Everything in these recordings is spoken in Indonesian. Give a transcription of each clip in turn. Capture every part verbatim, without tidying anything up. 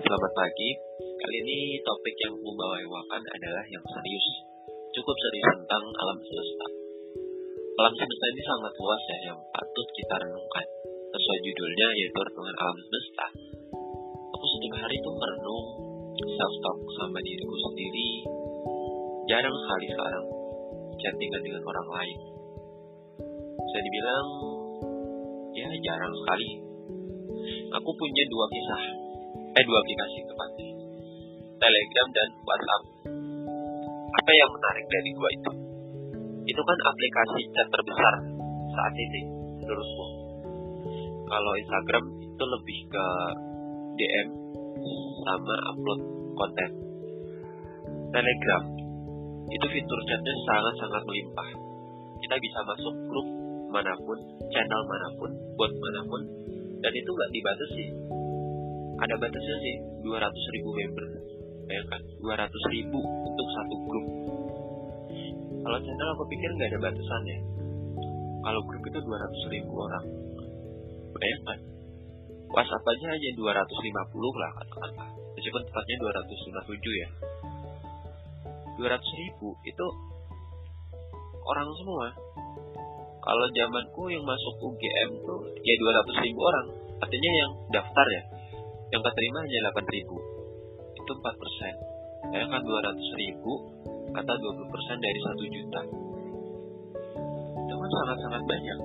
selamat pagi. Kali ini topik yang aku bawakan adalah yang serius, cukup serius tentang alam semesta. Alam semesta ini sangat luas ya, yang patut kita renungkan. Sesuai judulnya yaitu renungan alam semesta. Aku setiap hari itu merenung, self-talk sama diriku sendiri. Jarang sekali sekarang chattingan dengan orang lain. Bisa dibilang ya jarang sekali. Aku punya dua kisah, eh dua aplikasi tepatnya, Telegram dan WhatsApp. Apa yang menarik dari dua itu? Itu kan aplikasi chat terbesar saat ini menurutku. Kalau Instagram itu lebih ke D M sama upload konten. Telegram itu fitur chatnya sangat-sangat melimpah. Kita bisa masuk grup manapun, channel manapun, bot manapun, dan itu nggak dibatasi. Ada batasnya sih, dua ratus ribu member. Bayangkan, dua ratus ribu untuk satu grup. Kalau channel aku pikir nggak ada batasannya. Kalau grup itu dua ratus ribu orang. Bayangkan, WhatsApp aja hanya dua ratus lima puluh lah katakanlah. Meskipun tepatnya dua ratus lima puluh tujuh ya. dua ratus ribu itu orang semua. Kalau zamanku yang masuk U G M tuh ya dua ratus ribu orang. Artinya yang daftar ya, yang keterima hanya delapan ribu. Itu empat persen. Ya kan dua ratus ribu atau dua puluh persen dari satu juta. Itu kan sangat-sangat banyak.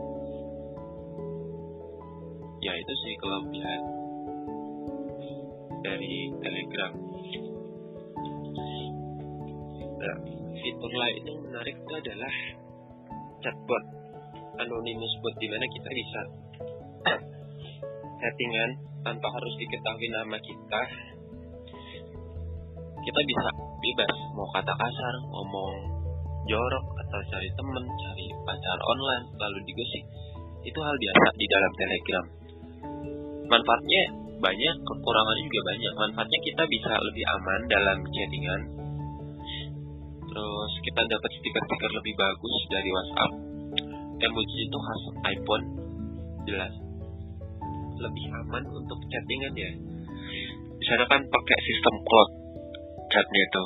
Ya itu sih kelebihan dari Telegram. Nah, fitur lain yang menarik itu adalah chatbot, anonymous bot, di mana kita bisa chattingan tanpa harus diketahui nama kita. Kita bisa bebas mau kata kasar, ngomong jorok, atau cari temen, cari pacar online, lalu digosip. Itu hal biasa di dalam Telegram. Manfaatnya banyak, kekurangannya juga banyak. Manfaatnya kita bisa lebih aman dalam chattingan. Terus kita dapat stiker-stiker lebih bagus dari WhatsApp. Emoji itu khas iPhone, jelas. Lebih aman untuk chattingan ya. Di sana kan pakai sistem cloud chatnya itu.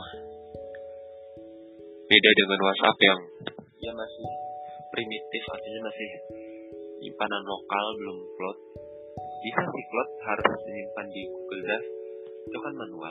Beda dengan WhatsApp yang ya masih primitif, artinya masih simpanan lokal, belum cloud. Bisa sih cloud, harus disimpan di Google Drive. Itu kan manual.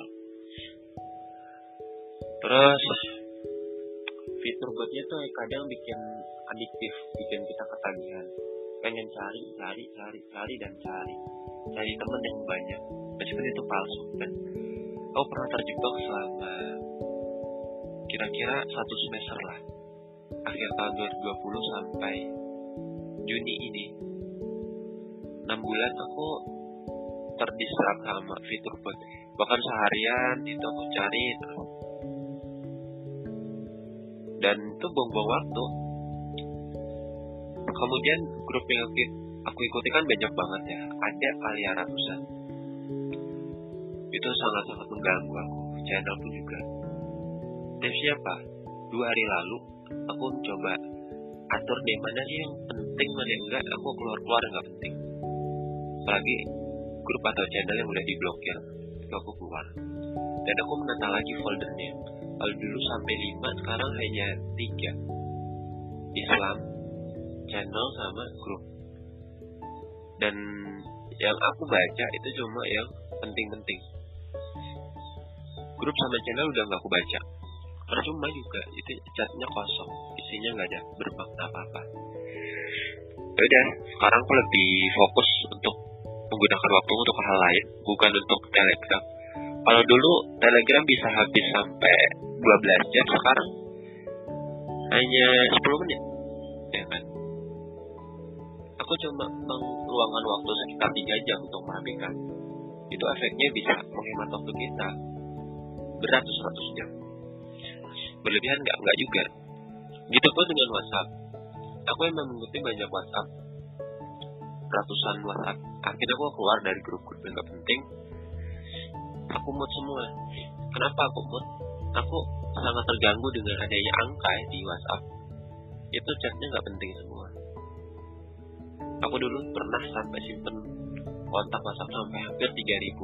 Terus fitur botnya tuh kadang bikin adiktif, bikin kita ketagihan, pengen cari, cari, cari, cari dan cari, cari temen yang banyak, meskipun itu palsu. Dan aku pernah terjebak selama kira-kira satu semester lah, akhir tahun dua ribu dua puluh sampai Juni ini, enam bulan aku terdistrak sama fitur bot. Bahkan seharian itu aku cari terus. Dan itu buang-buang waktu. Kemudian grup yang aku ikuti kan banyak banget ya, ada kali ratusan. Itu sangat-sangat mengganggu aku. Channel pun juga. Dan siapa? Dua hari lalu aku mencoba atur deh mana sih yang penting, mana yang enggak. Aku keluar-keluar yang enggak penting. Apalagi grup atau channel yang udah diblokir, itu aku keluar. Dan aku menata lagi foldernya. Kalau dulu sampai lima, sekarang hanya tiga. Islam, channel, sama grup. Dan yang aku baca itu cuma yang penting-penting. Grup sama channel udah gak aku baca. Percuma juga, itu chatnya kosong, isinya gak ada bermakna apa-apa. Yaudah, sekarang aku lebih fokus untuk menggunakan waktu untuk hal lain, bukan untuk Telegram. Kalau dulu Telegram bisa habis sampai dua belas jam, sekarang hanya sepuluh menit, ya kan? Aku cuma meluangkan waktu sekitar tiga jam untuk merapikan. Itu efeknya bisa menghemat waktu kita beratus-ratus jam. Berlebihan nggak? Nggak juga. Gitu pun dengan WhatsApp. Aku emang mengikuti banyak WhatsApp, ratusan WhatsApp. Akhirnya aku keluar dari grup-grup yang nggak penting. Aku mute semua. Kenapa aku mute? Aku sangat terganggu dengan adanya angka di WhatsApp. Itu chatnya nggak penting semua. Aku dulu pernah sampai simpen kontak WhatsApp sampai hampir tiga ribu.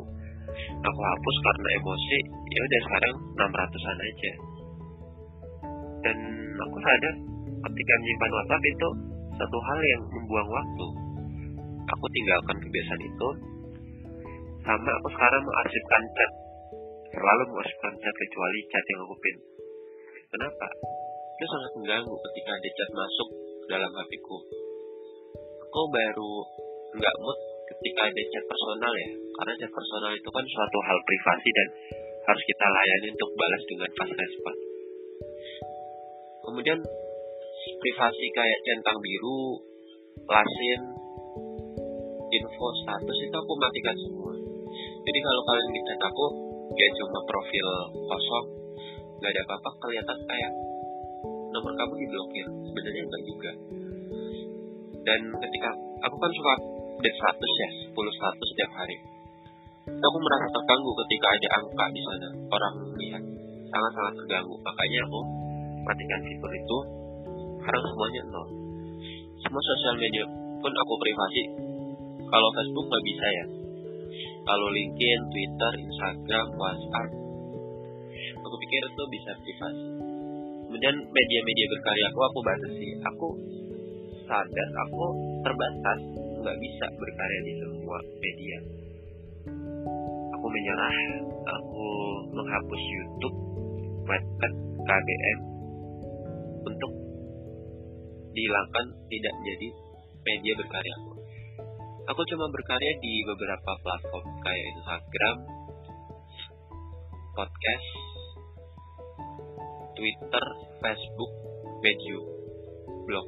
Aku hapus karena emosi, ya udah sekarang enam ratusan aja. Dan aku sadar ketika menyimpan WhatsApp itu satu hal yang membuang waktu. Aku tinggalkan kebiasaan itu. Sama aku sekarang mengarsipkan chat, selalu mengarsipkan chat kecuali chat yang aku pin. Kenapa? Itu sangat mengganggu ketika ada chat masuk dalam H P-ku. Aku baru nggak mood ketika ada chat personal ya, karena chat personal itu kan suatu hal privasi dan harus kita layani untuk balas dengan fast respon. Kemudian privasi kayak centang biru, lasin, info, status itu aku matikan semua. Jadi kalau kalian ngechat aku, ya cuma profil kosong, nggak ada apa-apa, kelihatan kayak nomor kamu diblokir. Sebenarnya enggak juga. Dan ketika aku kan suka update status ya, sepuluh status setiap hari. Aku merasa terganggu ketika ada angka di sana, orang lihat, sangat-sangat terganggu. Makanya aku matikan fitur itu. Sekarang semuanya nol. Semua sosial media pun aku privasi. Kalau Facebook nggak bisa ya. Kalau LinkedIn, Twitter, Instagram, WhatsApp, aku pikir itu bisa privasi. Kemudian media-media berkarya aku aku batasi. Aku sadar aku terbatas, nggak bisa berkarya di semua media. Aku menyerah. Aku menghapus YouTube, Wattpad, K B M untuk dihilangkan, tidak menjadi media berkarya aku. Aku cuma berkarya di beberapa platform kayak Instagram, podcast, Twitter, Facebook, Medium, blog.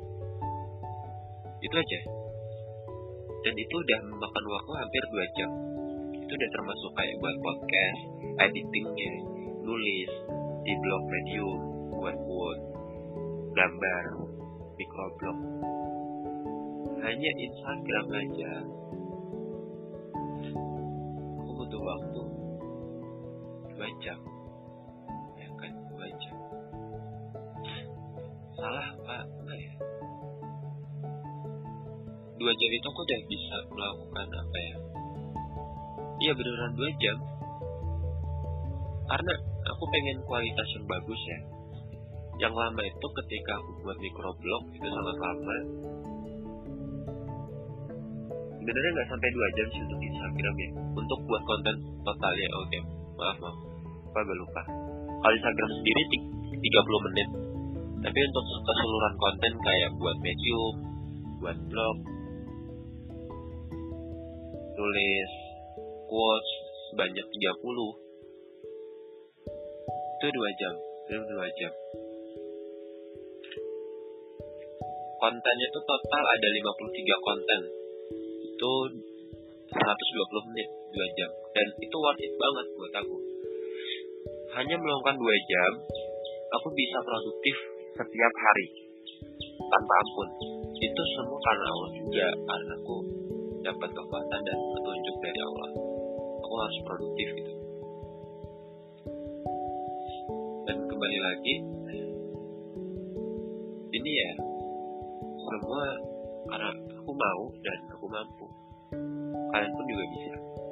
Itu aja. Dan itu udah memakan waktu hampir dua jam. Itu udah termasuk kayak buat podcast, editingnya, nulis di blog Medium, buat quote, gambar, microblog. Hanya Instagram aja aku butuh waktu dua jam, ya kan, dua jam. Salah apa enggak ya? Dua jam itu aku udah bisa melakukan apa ya? Iya beneran dua jam. Karena aku pengen kualitas yang bagus ya. Yang lama itu ketika aku buat microblog itu sangat lama. Sebenarnya nggak sampai dua jam sih untuk Instagram ya. Untuk buat konten totalnya oke. Okay. Maaf maaf. Apa gue lupa. Kalau Instagram sendiri tiga puluh menit. Tapi untuk keseluruhan konten kayak buat Medium, buat blog, tulis quotes sebanyak tiga puluh, itu dua jam. Itu dua jam. Kontennya itu total ada lima puluh tiga konten. Itu seratus dua puluh menit, dua jam. Dan itu worth it banget buat aku. Hanya meluangkan dua jam, aku bisa produktif setiap hari tanpa ampun. Itu semua karena Allah juga, karena aku dapat kekuatan dan petunjuk dari Allah. Aku harus produktif gitu. Dan kembali lagi, ini ya semua karena aku mau dan aku mampu. Kalian pun juga bisa.